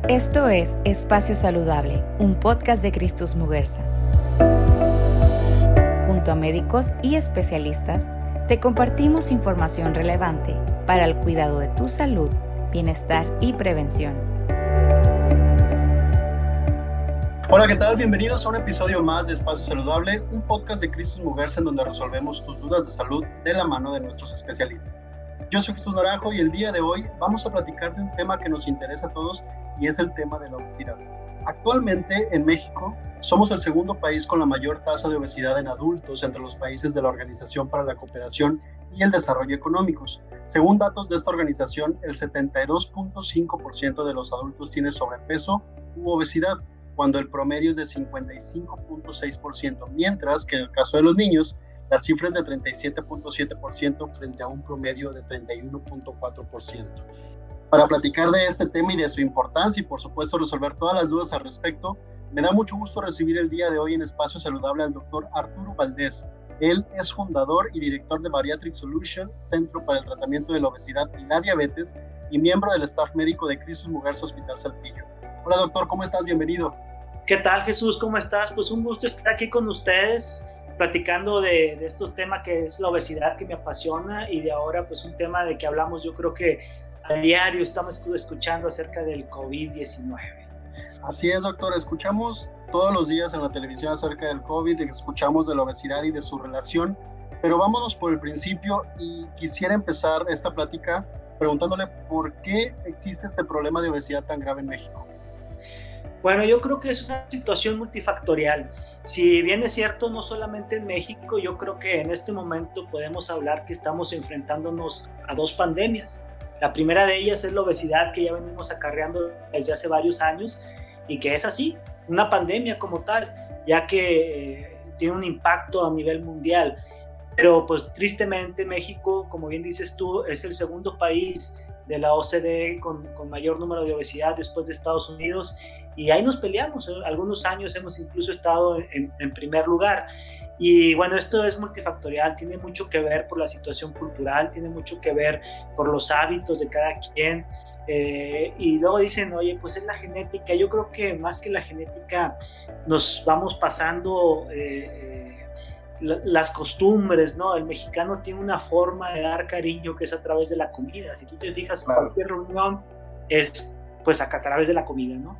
Esto es Espacio Saludable, un podcast de Cristus Muguerza. Junto a médicos y especialistas, te compartimos información relevante para el cuidado de tu salud, bienestar y prevención. Hola, ¿qué tal? Bienvenidos a un episodio más de Espacio Saludable, un podcast de Cristus Muguerza en donde resolvemos tus dudas de salud de la mano de nuestros especialistas. Yo soy Jesús Naranjo y el día de hoy vamos a platicar de un tema que nos interesa a todos y es el tema de la obesidad. Actualmente en México somos el segundo país con la mayor tasa de obesidad en adultos entre los países de la Organización para la Cooperación y el Desarrollo Económicos. Según datos de esta organización, el 72.5% de los adultos tiene sobrepeso u obesidad, cuando el promedio es de 55.6%, mientras que en el caso de los niños, la cifra es de 37.7% frente a un promedio de 31.4%. Para platicar de este tema y de su importancia y por supuesto resolver todas las dudas al respecto, me da mucho gusto recibir el día de hoy en Espacio Saludable al doctor Arturo Valdés. Él es fundador y director de Bariatric Solution, Centro para el Tratamiento de la Obesidad y la Diabetes, y miembro del staff médico de Cristus Muguerza Hospital Saltillo. Hola doctor, ¿cómo estás? Bienvenido. ¿Qué tal, Jesús? ¿Cómo estás? Pues un gusto estar aquí con ustedes platicando de estos temas que es la obesidad que me apasiona y de ahora pues un tema de que hablamos, yo creo que a diario estamos escuchando acerca del COVID-19. Así es, doctor, escuchamos todos los días en la televisión acerca del COVID, escuchamos de la obesidad y de su relación, pero vámonos por el principio y quisiera empezar esta plática preguntándole por qué existe este problema de obesidad tan grave en México. Bueno, yo creo que es una situación multifactorial. Si bien es cierto, no solamente en México, yo creo que en este momento podemos hablar que estamos enfrentándonos a dos pandemias. La primera de ellas es la obesidad que ya venimos acarreando desde hace varios años y que es así, una pandemia como tal, ya que tiene un impacto a nivel mundial. Pero pues tristemente México, como bien dices tú, es el segundo país de la OCDE con mayor número de obesidad después de Estados Unidos y ahí nos peleamos. Algunos años hemos incluso estado en primer lugar. Y bueno, esto es multifactorial, tiene mucho que ver por la situación cultural, tiene mucho que ver por los hábitos de cada quien. Y luego dicen, oye, pues es la genética. Yo creo que más que la genética nos vamos pasando las costumbres, ¿no? El mexicano tiene una forma de dar cariño que es a través de la comida. Si tú te fijas, claro, cualquier reunión es pues acá a través de la comida, ¿no?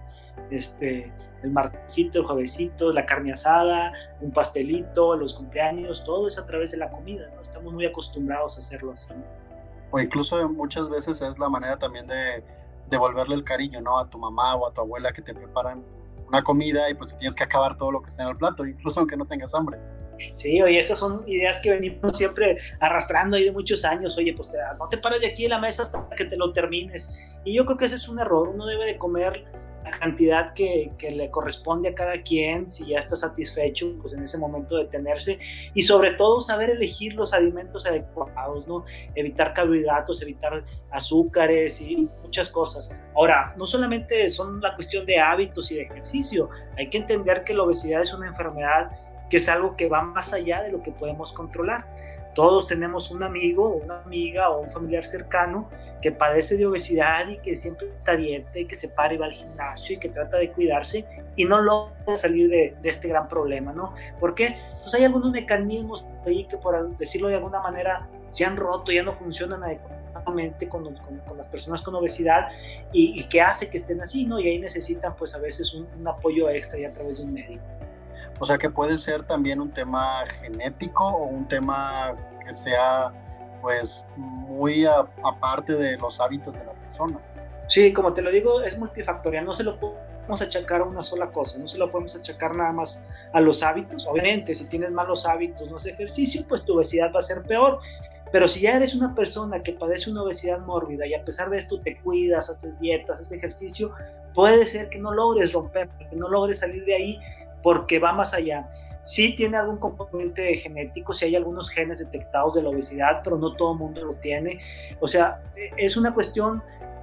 El martesito, el juevesito, la carne asada, un pastelito, los cumpleaños, todo es a través de la comida, ¿no? Estamos muy acostumbrados a hacerlo así, ¿no? O incluso muchas veces es la manera también de devolverle el cariño, ¿no? A tu mamá o a tu abuela que te preparan una comida y pues tienes que acabar todo lo que está en el plato, incluso aunque no tengas hambre. Sí, oye, esas son ideas que venimos siempre arrastrando ahí de muchos años. Oye, pues no te pares de aquí en la mesa hasta que te lo termines. Y yo creo que ese es un error. Uno debe de comer la cantidad que le corresponde a cada quien. Si ya está satisfecho, pues en ese momento detenerse. Y sobre todo saber elegir los alimentos adecuados, ¿no? Evitar carbohidratos, evitar azúcares y muchas cosas. Ahora, no solamente son la cuestión de hábitos y de ejercicio. Hay que entender que la obesidad es una enfermedad que es algo que va más allá de lo que podemos controlar. Todos tenemos un amigo, una amiga o un familiar cercano que padece de obesidad y que siempre está a dieta y que se para y va al gimnasio y que trata de cuidarse y no logra salir de este gran problema, ¿no? ¿Por qué? Pues hay algunos mecanismos ahí que, por decirlo de alguna manera, se han roto, ya no funcionan adecuadamente con las personas con obesidad y que hace que estén así, ¿no? Y ahí necesitan pues a veces un apoyo extra ya a través de un médico. O sea que puede ser también un tema genético o un tema que sea pues muy aparte de los hábitos de la persona. Sí, como te lo digo, es multifactorial, no se lo podemos achacar a una sola cosa, no se lo podemos achacar nada más a los hábitos. Obviamente, si tienes malos hábitos, no haces ejercicio, pues tu obesidad va a ser peor. Pero si ya eres una persona que padece una obesidad mórbida y a pesar de esto te cuidas, haces dietas, haces ejercicio, puede ser que no logres romper, que no logres salir de ahí porque va más allá. Sí tiene algún componente genético, sí hay algunos genes detectados de la obesidad, pero no todo el mundo lo tiene. O sea, es una cuestión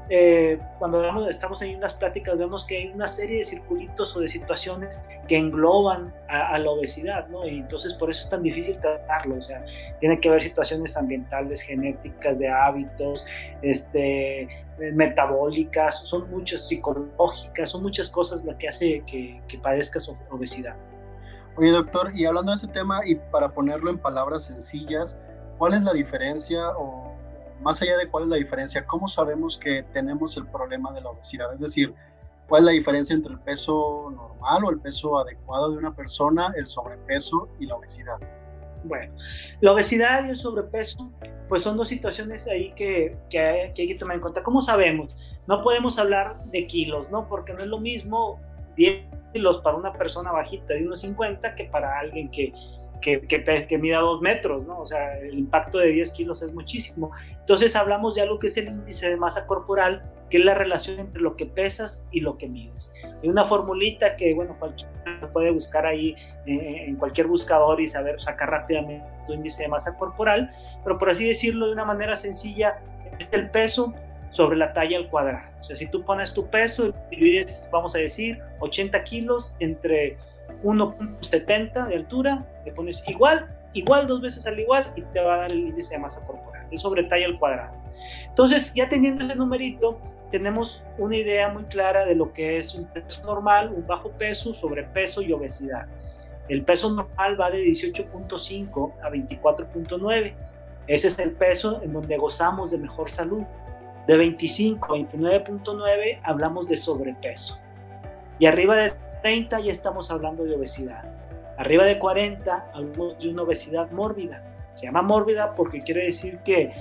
cuando estamos en unas pláticas vemos que hay una serie de circulitos o de situaciones que engloban a la obesidad, ¿no? Y entonces por eso es tan difícil tratarlo. O sea, tiene que haber situaciones ambientales, genéticas, de hábitos, metabólicas, son muchas, psicológicas, son muchas cosas lo que hace que padezcas obesidad. Oye, doctor, y hablando de ese tema y para ponerlo en palabras sencillas, ¿cuál es la diferencia o más allá de cuál es la diferencia, cómo sabemos que tenemos el problema de la obesidad? Es decir, ¿cuál es la diferencia entre el peso normal o el peso adecuado de una persona, el sobrepeso y la obesidad? Bueno, la obesidad y el sobrepeso, pues son dos situaciones ahí que hay que tomar en cuenta. ¿Cómo sabemos? No podemos hablar de kilos, ¿no? Porque no es lo mismo 10 kilos para una persona bajita de 1,50 que para alguien que mida 2 metros, ¿no? O sea, el impacto de 10 kilos es muchísimo. Entonces hablamos de algo que es el índice de masa corporal, que es la relación entre lo que pesas y lo que mides. Hay una formulita que, bueno, cualquiera puede buscar ahí en cualquier buscador y sacar rápidamente tu índice de masa corporal, pero por así decirlo de una manera sencilla, es el peso sobre la talla al cuadrado. O sea, si tú pones tu peso y divides, vamos a decir, 80 kilos entre 1,70 de altura, le pones igual 2 veces al igual y te va a dar el índice de masa corporal, es sobre talla al cuadrado. Entonces, ya teniendo ese numerito, tenemos una idea muy clara de lo que es un peso normal, un bajo peso, sobrepeso y obesidad. El peso normal va de 18.5 a 24.9. Ese es el peso en donde gozamos de mejor salud. De 25 a 29.9 hablamos de sobrepeso. Y arriba de 30 ya estamos hablando de obesidad. Arriba de 40 hablamos de una obesidad mórbida. Se llama mórbida porque quiere decir que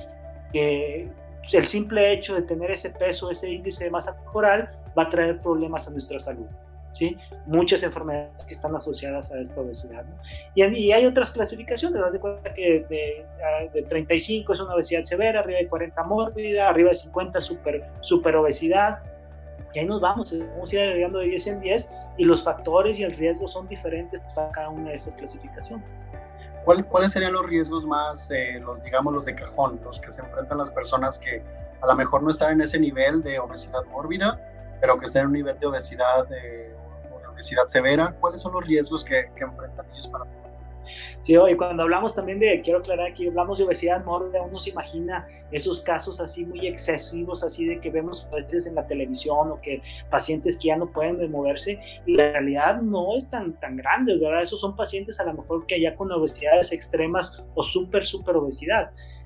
el simple hecho de tener ese peso, ese índice de masa corporal, va a traer problemas a nuestra salud, ¿sí? Muchas enfermedades que están asociadas a esta obesidad, ¿no? Y hay otras clasificaciones. Te das cuenta que de 35 es una obesidad severa, arriba de 40 mórbida, arriba de 50 super obesidad. Y ahí nos vamos a ir agregando de 10 en 10 y los factores y el riesgo son diferentes para cada una de estas clasificaciones. ¿Cuáles serían los riesgos más, los de cajón, los que se enfrentan las personas que a lo mejor no están en ese nivel de obesidad mórbida, pero que están en un nivel de obesidad o de obesidad severa? ¿Cuáles son los riesgos que enfrentan ellos para pasar? Sí, y cuando hablamos también quiero aclarar aquí, hablamos de obesidad mórbida, uno se imagina esos casos así muy excesivos, así de que vemos a veces en la televisión o que pacientes que ya no pueden moverse, y la realidad no es tan grande, ¿verdad? Esos son pacientes a lo mejor que ya con obesidades extremas o super obesidad.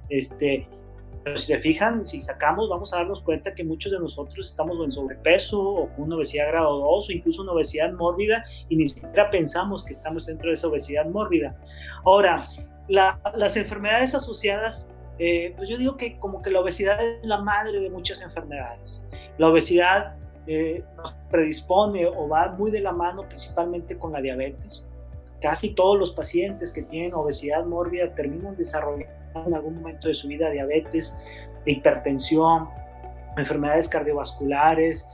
Pero si se fijan, si sacamos, vamos a darnos cuenta que muchos de nosotros estamos en sobrepeso o con una obesidad grado 2 o incluso una obesidad mórbida y ni siquiera pensamos que estamos dentro de esa obesidad mórbida. Ahora, las enfermedades asociadas, pues yo digo que como que la obesidad es la madre de muchas enfermedades. La obesidad nos predispone o va muy de la mano principalmente con la diabetes. Casi todos los pacientes que tienen obesidad mórbida terminan desarrollando en algún momento de su vida diabetes, hipertensión, enfermedades cardiovasculares,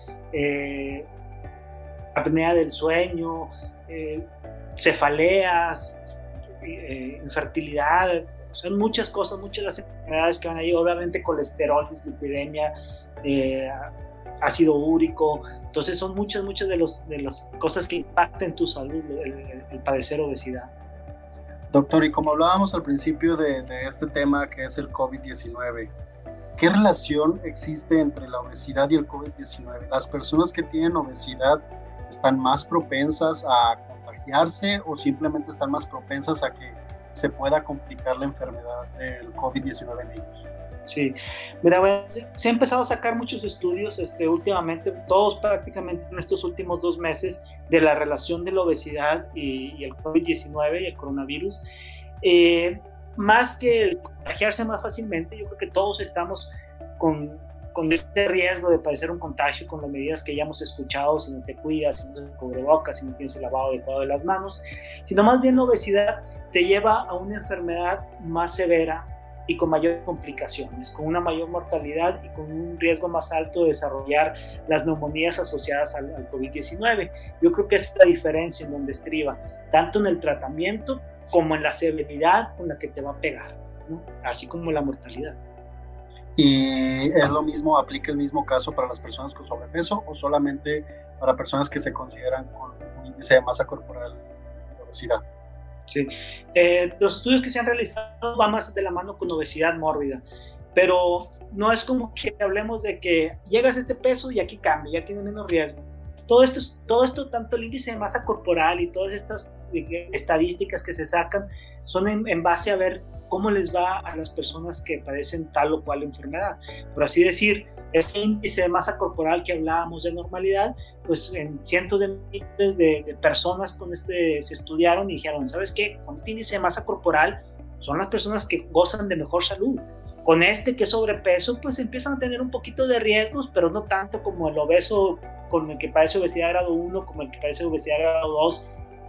apnea del sueño, cefaleas, infertilidad. Son muchas cosas, muchas de las enfermedades que van ahí, obviamente colesterol, dislipidemia, ácido úrico. Entonces son muchas de las cosas que impactan tu salud, el padecer obesidad. Doctor, y como hablábamos al principio de este tema que es el COVID-19, ¿qué relación existe entre la obesidad y el COVID-19? ¿Las personas que tienen obesidad están más propensas a contagiarse o simplemente están más propensas a que se pueda complicar la enfermedad del COVID-19 en ellos? Sí, mira, bueno, se han empezado a sacar muchos estudios últimamente, todos prácticamente en estos últimos 2 meses, de la relación de la obesidad y el COVID-19 y el coronavirus. Más que el contagiarse más fácilmente, yo creo que todos estamos con este riesgo de padecer un contagio con las medidas que ya hemos escuchado: si no te cuidas, si no te cubrebocas, si no tienes el lavado adecuado de las manos, sino más bien la obesidad te lleva a una enfermedad más severa y con mayores complicaciones, con una mayor mortalidad y con un riesgo más alto de desarrollar las neumonías asociadas al COVID-19. Yo creo que esa es la diferencia en donde estriba, tanto en el tratamiento como en la severidad con la que te va a pegar, ¿no? Así como la mortalidad. ¿Y es lo mismo, aplica el mismo caso para las personas con sobrepeso o solamente para personas que se consideran con un índice de masa corporal de obesidad? Sí. Los estudios que se han realizado van más de la mano con obesidad mórbida, pero no es como que hablemos de que llegas a este peso y aquí cambia, ya tiene menos riesgo. Todo esto, tanto el índice de masa corporal y todas estas estadísticas que se sacan, son en base a ver cómo les va a las personas que padecen tal o cual enfermedad. Por así decir, este índice de masa corporal que hablábamos de normalidad, pues en cientos de miles de personas se estudiaron y dijeron, ¿sabes qué? Con este índice de masa corporal son las personas que gozan de mejor salud. Con este que es sobrepeso, pues empiezan a tener un poquito de riesgos, pero no tanto como el obeso, con el que padece obesidad grado 1, como el que padece obesidad grado 2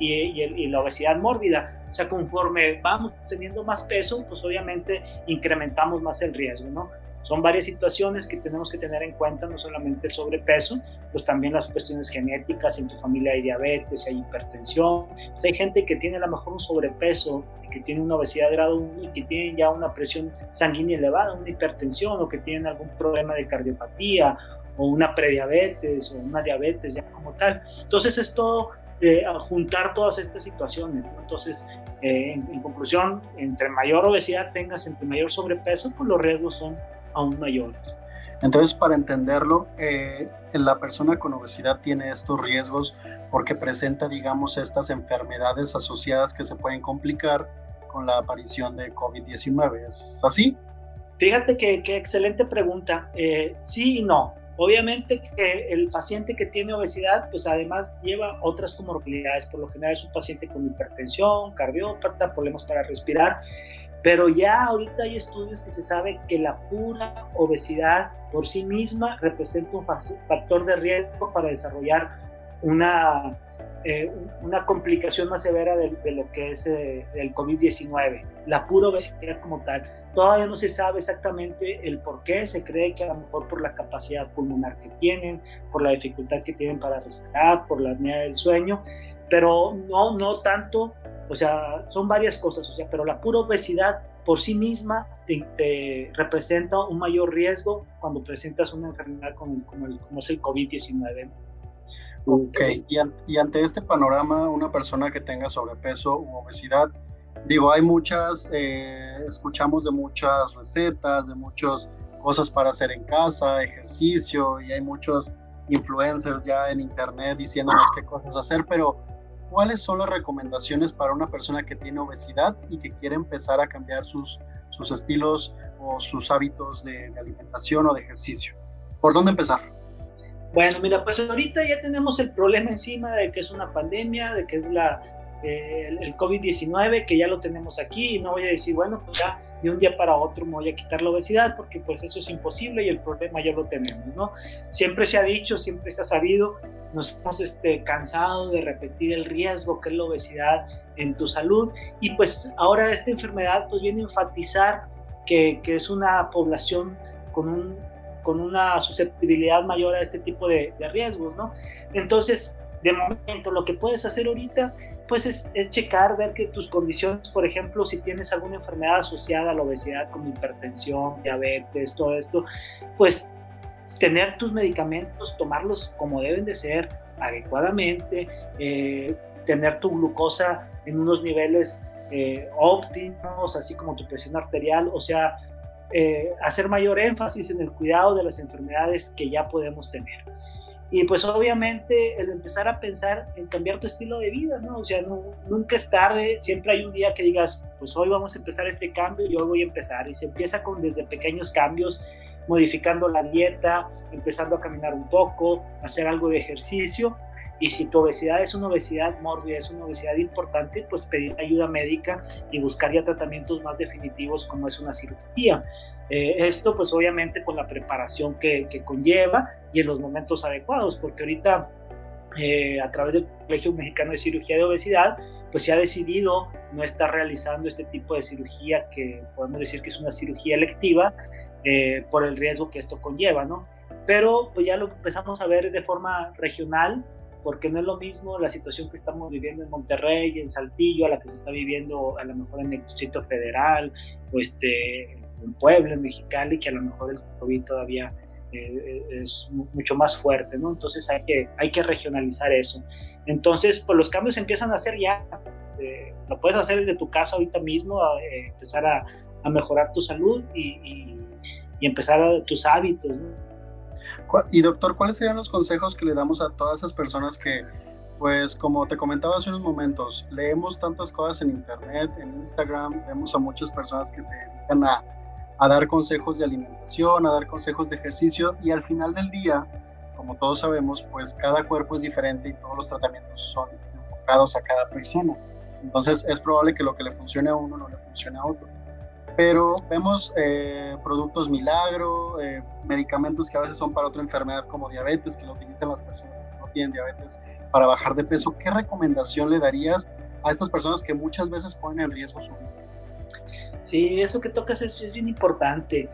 y la obesidad mórbida. O sea, conforme vamos teniendo más peso, pues obviamente incrementamos más el riesgo, ¿no? Son varias situaciones que tenemos que tener en cuenta, no solamente el sobrepeso, pues también las cuestiones genéticas, en tu familia hay diabetes, hay hipertensión, pues hay gente que tiene a lo mejor un sobrepeso, que tiene una obesidad de grado 1 y que tienen ya una presión sanguínea elevada, una hipertensión, o que tienen algún problema de cardiopatía, o una prediabetes, o una diabetes ya como tal. Entonces es todo juntar todas estas situaciones, ¿no? Entonces, en conclusión, entre mayor obesidad tengas, entre mayor sobrepeso, pues los riesgos son aún mayores. Entonces, para entenderlo, la persona con obesidad tiene estos riesgos porque presenta, digamos, estas enfermedades asociadas que se pueden complicar con la aparición de COVID-19. ¿Es así? Fíjate que excelente pregunta. Sí y no. Obviamente que el paciente que tiene obesidad, pues además lleva otras comorbilidades. Por lo general es un paciente con hipertensión, cardiópata, problemas para respirar. Pero ya ahorita hay estudios que se sabe que la pura obesidad por sí misma representa un factor de riesgo para desarrollar una complicación más severa de lo que es el COVID-19, la pura obesidad como tal. Todavía no se sabe exactamente el por qué, se cree que a lo mejor por la capacidad pulmonar que tienen, por la dificultad que tienen para respirar, por la apnea del sueño, pero no tanto, o sea, son varias cosas, o sea, pero la pura obesidad por sí misma te representa un mayor riesgo cuando presentas una enfermedad como es el COVID-19. Ok, y ante este panorama, una persona que tenga sobrepeso u obesidad, digo, hay muchas, escuchamos de muchas recetas, de muchas cosas para hacer en casa, ejercicio, y hay muchos influencers ya en internet diciéndonos qué cosas hacer, pero ¿cuáles son las recomendaciones para una persona que tiene obesidad y que quiere empezar a cambiar sus estilos o sus hábitos de alimentación o de ejercicio? ¿Por dónde empezar? Bueno, mira, pues ahorita ya tenemos el problema encima de que es una pandemia, de que es el COVID-19, que ya lo tenemos aquí, y no voy a decir, bueno, pues ya de un día para otro me voy a quitar la obesidad, porque pues eso es imposible y el problema ya lo tenemos, ¿no? Siempre se ha dicho, siempre se ha sabido, nos hemos cansado de repetir el riesgo que es la obesidad en tu salud, y pues ahora esta enfermedad pues viene a enfatizar que es una población con una susceptibilidad mayor a este tipo de riesgos, ¿no? Entonces, de momento, lo que puedes hacer ahorita, pues es checar, ver que tus condiciones, por ejemplo, si tienes alguna enfermedad asociada a la obesidad, como hipertensión, diabetes, todo esto, pues tener tus medicamentos, tomarlos como deben de ser, adecuadamente, tener tu glucosa en unos niveles óptimos, así como tu presión arterial, o sea, hacer mayor énfasis en el cuidado de las enfermedades que ya podemos tener. Y pues obviamente el empezar a pensar en cambiar tu estilo de vida, ¿no? O sea, nunca es tarde, siempre hay un día que digas, pues hoy vamos a empezar este cambio y hoy voy a empezar. Y se empieza desde pequeños cambios, modificando la dieta, empezando a caminar un poco, hacer algo de ejercicio. Y si tu obesidad es una obesidad mórbida, es una obesidad importante, pues pedir ayuda médica y buscar ya tratamientos más definitivos como es una cirugía. Esto pues obviamente con la preparación que conlleva y en los momentos adecuados, porque ahorita a través del Colegio Mexicano de Cirugía de Obesidad, pues se ha decidido no estar realizando este tipo de cirugía que podemos decir que es una cirugía electiva por el riesgo que esto conlleva, ¿no? Pero pues ya lo empezamos a ver de forma regional, porque no es lo mismo la situación que estamos viviendo en Monterrey, en Saltillo, a la que se está viviendo a lo mejor en el Distrito Federal, o en Puebla, en Mexicali, que a lo mejor el COVID todavía es mucho más fuerte, ¿no? Entonces hay que regionalizar eso. Entonces, pues los cambios se empiezan a hacer ya. Lo puedes hacer desde tu casa ahorita mismo, empezar a mejorar tu salud y empezar tus hábitos, ¿no? Y doctor, ¿cuáles serían los consejos que le damos a todas esas personas que, pues como te comentaba hace unos momentos, leemos tantas cosas en internet, en Instagram, vemos a muchas personas que se dedican a dar consejos de alimentación, a dar consejos de ejercicio, y al final del día, como todos sabemos, pues cada cuerpo es diferente y todos los tratamientos son enfocados a cada persona. Entonces es probable que lo que le funcione a uno no le funcione a otro. Pero vemos productos milagro, medicamentos que a veces son para otra enfermedad como diabetes, que lo utilizan las personas que no tienen diabetes para bajar de peso. ¿Qué recomendación le darías a estas personas que muchas veces ponen en riesgo su vida? Sí, eso que tocas es bien importante.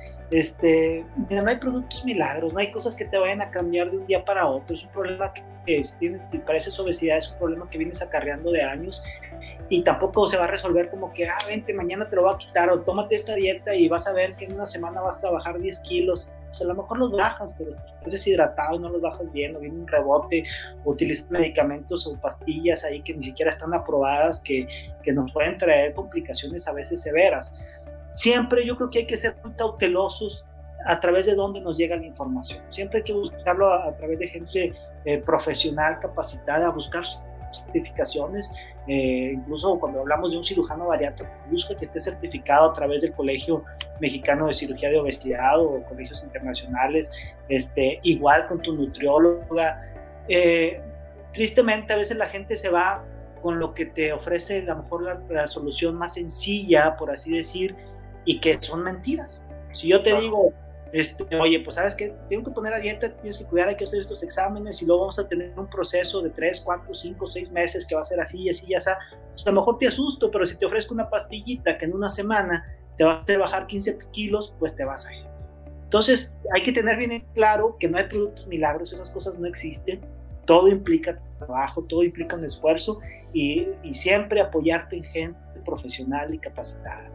Mira, no hay productos milagros, no hay cosas que te vayan a cambiar de un día para otro. Es un problema que si pareces obesidad, es un problema que vienes acarreando de años y tampoco se va a resolver como que, vente, mañana te lo voy a quitar o tómate esta dieta y vas a ver que en una semana vas a bajar 10 kilos. Pues a lo mejor los bajas, pero estás deshidratado y no los bajas bien, o viene un rebote, o utilizas medicamentos o pastillas ahí que ni siquiera están aprobadas, que nos pueden traer complicaciones a veces severas. Siempre yo creo que hay que ser muy cautelosos a través de dónde nos llega la información. Siempre hay que buscarlo a través de gente profesional, capacitada, buscar certificaciones, incluso cuando hablamos de un cirujano bariátrico, busca que esté certificado a través del Colegio Mexicano de Cirugía de Obesidad o colegios internacionales, igual con tu nutrióloga. Tristemente a veces la gente se va con lo que te ofrece a lo mejor la solución más sencilla, por así decir, y que son mentiras. Si yo te digo, oye, pues sabes que tengo que poner a dieta, tienes que cuidar, hay que hacer estos exámenes y luego vamos a tener un proceso de 3, 4, 5, 6 meses que va a ser así, así, así. Pues a lo mejor te asusto, pero si te ofrezco una pastillita que en una semana te va a hacer bajar 15 kilos, pues te vas a ir. Entonces hay que tener bien claro que no hay productos milagros, esas cosas no existen, todo implica trabajo, todo implica un esfuerzo y siempre apoyarte en gente profesional y capacitada.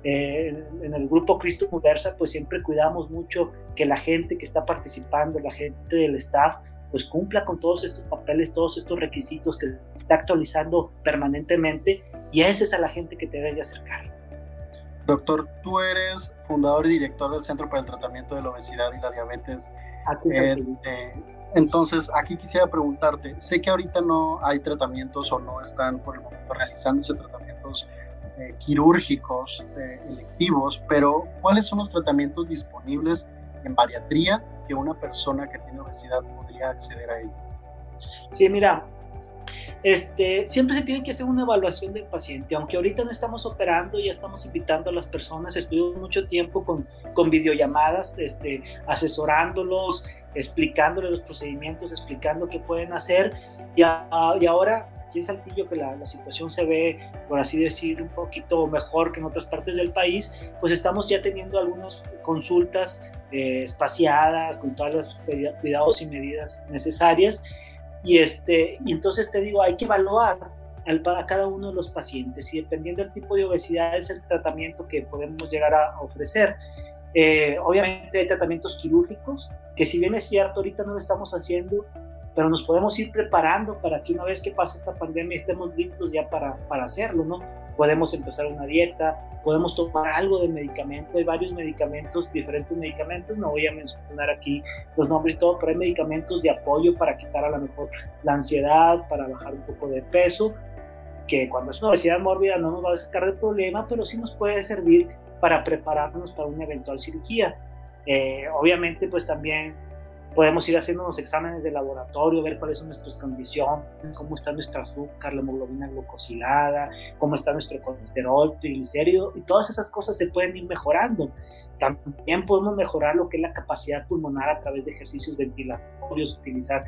En el grupo Cristo Muversa pues siempre cuidamos mucho que la gente que está participando, la gente del staff, pues cumpla con todos estos papeles, todos estos requisitos que está actualizando permanentemente, y esa es a la gente que te debe de acercar. Doctor, tú eres fundador y director del Centro para el Tratamiento de la Obesidad y la Diabetes. Entonces, aquí quisiera preguntarte, sé que ahorita no hay tratamientos o no están por el momento realizándose tratamientos quirúrgicos, electivos, pero ¿cuáles son los tratamientos disponibles en bariatría que una persona que tiene obesidad podría acceder a ellos? Sí, mira, siempre se tiene que hacer una evaluación del paciente, aunque ahorita no estamos operando, ya estamos invitando a las personas, estuvimos mucho tiempo con videollamadas, asesorándolos, explicándoles los procedimientos, explicando qué pueden hacer, y ahora aquí en Saltillo, que la situación se ve, por así decir, un poquito mejor que en otras partes del país, pues estamos ya teniendo algunas consultas espaciadas, con todos los cuidados y medidas necesarias, y entonces te digo, hay que evaluar a cada uno de los pacientes, y dependiendo del tipo de obesidad es el tratamiento que podemos llegar a ofrecer. Obviamente hay tratamientos quirúrgicos, que si bien es cierto, ahorita no lo estamos haciendo, pero nos podemos ir preparando para que una vez que pase esta pandemia estemos listos ya para hacerlo, ¿no? Podemos empezar una dieta, podemos tomar algo de medicamento, hay varios medicamentos, diferentes medicamentos, no voy a mencionar aquí los nombres y todo, pero hay medicamentos de apoyo para quitar a lo mejor la ansiedad, para bajar un poco de peso, que cuando es una obesidad mórbida no nos va a sacar el problema, pero sí nos puede servir para prepararnos para una eventual cirugía. Obviamente pues también podemos ir haciendo unos exámenes de laboratorio, ver cuáles son nuestras condiciones, cómo está nuestro azúcar, la hemoglobina glucosilada, cómo está nuestro colesterol, triglicérido, y todas esas cosas se pueden ir mejorando. También podemos mejorar lo que es la capacidad pulmonar a través de ejercicios ventilatorios,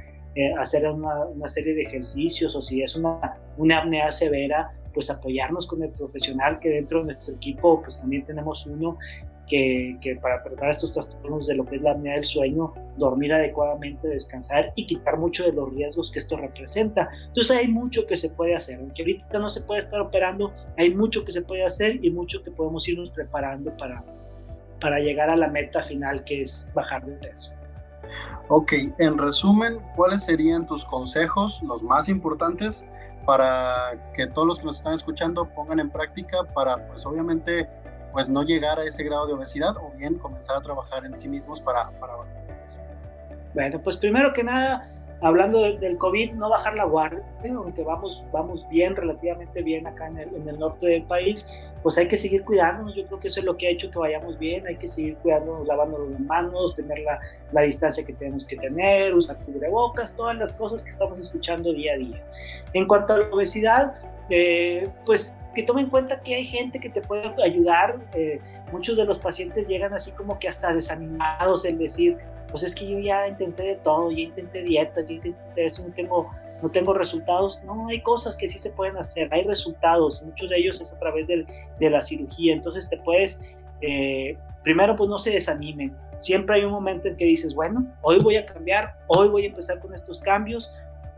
hacer una serie de ejercicios, o si es una apnea severa, pues apoyarnos con el profesional, que dentro de nuestro equipo pues también tenemos uno que para tratar estos trastornos de lo que es la apnea del sueño, dormir adecuadamente, descansar y quitar mucho de los riesgos que esto representa. Entonces hay mucho que se puede hacer, aunque ahorita no se puede estar operando, hay mucho que se puede hacer y mucho que podemos irnos preparando para llegar a la meta final, que es bajar de peso. Ok, en resumen, ¿cuáles serían tus consejos, los más importantes, para que todos los que nos están escuchando pongan en práctica para, pues obviamente, pues no llegar a ese grado de obesidad o bien comenzar a trabajar en sí mismos para bajar de peso? Bueno, pues primero que nada, hablando del COVID, no bajar la guardia, aunque vamos bien, relativamente bien acá en el norte del país, pues hay que seguir cuidándonos. Yo creo que eso es lo que ha hecho que vayamos bien. Hay que seguir cuidándonos, lavándonos las manos, tener la distancia que tenemos que tener, usar cubrebocas, todas las cosas que estamos escuchando día a día. En cuanto a la obesidad, pues que tome en cuenta que hay gente que te puede ayudar. Muchos de los pacientes llegan así como que hasta desanimados, en decir, pues es que yo ya intenté de todo, ya intenté dietas, ya intenté esto, no tengo resultados. No, hay cosas que sí se pueden hacer, hay resultados, muchos de ellos es a través de la cirugía. Entonces te puedes, primero pues no se desanimen, siempre hay un momento en que dices, bueno, hoy voy a cambiar, hoy voy a empezar con estos cambios,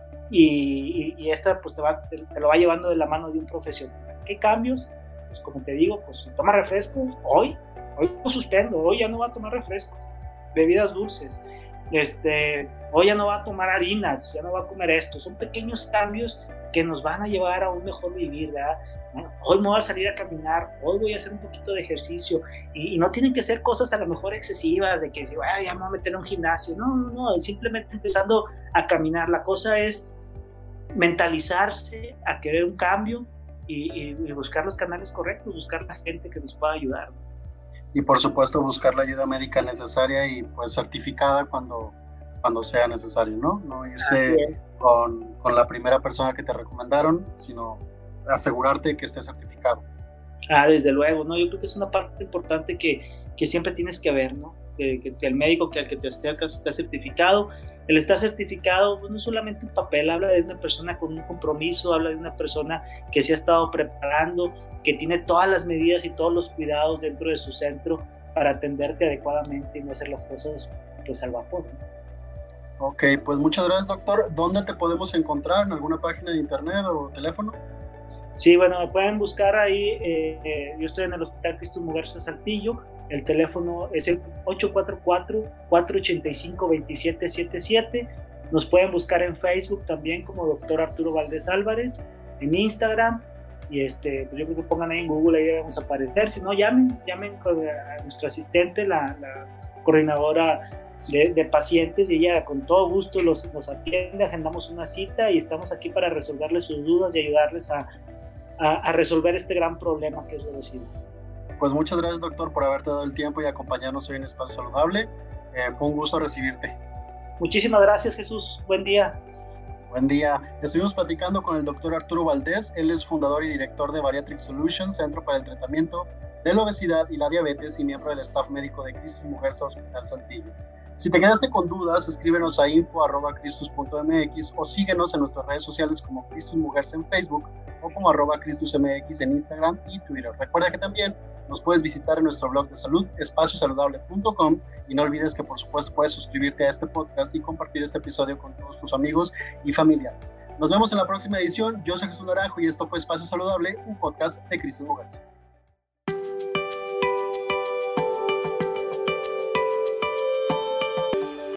y esta pues te lo va llevando de la mano de un profesional. ¿Qué cambios? Pues como te digo, pues toma refrescos, hoy lo suspendo, hoy ya no va a tomar refrescos, bebidas dulces, hoy ya no va a tomar harinas, ya no va a comer esto. Son pequeños cambios que nos van a llevar a un mejor vivir, ¿verdad? Bueno, hoy me voy a salir a caminar, hoy voy a hacer un poquito de ejercicio, y no tienen que ser cosas a lo mejor excesivas, de que ya me voy a meter a un gimnasio. No, simplemente empezando a caminar. La cosa es mentalizarse a querer un cambio y buscar los canales correctos, buscar la gente que nos pueda ayudar. Y por supuesto buscar la ayuda médica necesaria y pues certificada cuando sea necesario, ¿no? No irse con la primera persona que te recomendaron, sino asegurarte que esté certificado. Desde luego, ¿no? Yo creo que es una parte importante que siempre tienes que ver, ¿no? Que el médico al que te acercas está certificado. El estar certificado pues, no es solamente un papel, habla de una persona con un compromiso, habla de una persona que se ha estado preparando, que tiene todas las medidas y todos los cuidados dentro de su centro para atenderte adecuadamente y no hacer las cosas pues al vapor, ¿no? Ok, pues muchas gracias, doctor. ¿Dónde te podemos encontrar? ¿En alguna página de internet o teléfono? Sí, bueno, me pueden buscar ahí. Yo estoy en el Hospital Cristus Muguerza Saltillo. El teléfono es el 844-485-2777. Nos pueden buscar en Facebook también como Dr. Arturo Valdés Álvarez, en Instagram, y pues yo creo que pongan ahí en Google, ahí debemos aparecer. Si no, llamen a nuestra asistente, la coordinadora de pacientes, y ella con todo gusto los atiende, agendamos una cita y estamos aquí para resolverles sus dudas y ayudarles a resolver este gran problema que es la obesidad. Pues muchas gracias, doctor, por haberte dado el tiempo y acompañarnos hoy en Espacio Saludable. Fue un gusto recibirte. Muchísimas gracias, Jesús. Buen día. Buen día. Estuvimos platicando con el doctor Arturo Valdés. Él es fundador y director de Bariatric Solutions, Centro para el Tratamiento de la Obesidad y la Diabetes, y miembro del staff médico de Cristus Muguerza Hospital Saltillo. Si te quedaste con dudas, escríbenos a info@cristus.mx o síguenos en nuestras redes sociales como Cristus Muguerza en Facebook o como @CristusMX en Instagram y Twitter. Recuerda que también nos puedes visitar en nuestro blog de salud, espaciosaludable.com, y no olvides que por supuesto puedes suscribirte a este podcast y compartir este episodio con todos tus amigos y familiares. Nos vemos en la próxima edición. Yo soy Jesús Naranjo y esto fue Espacio Saludable, un podcast de Cristus Muguerza.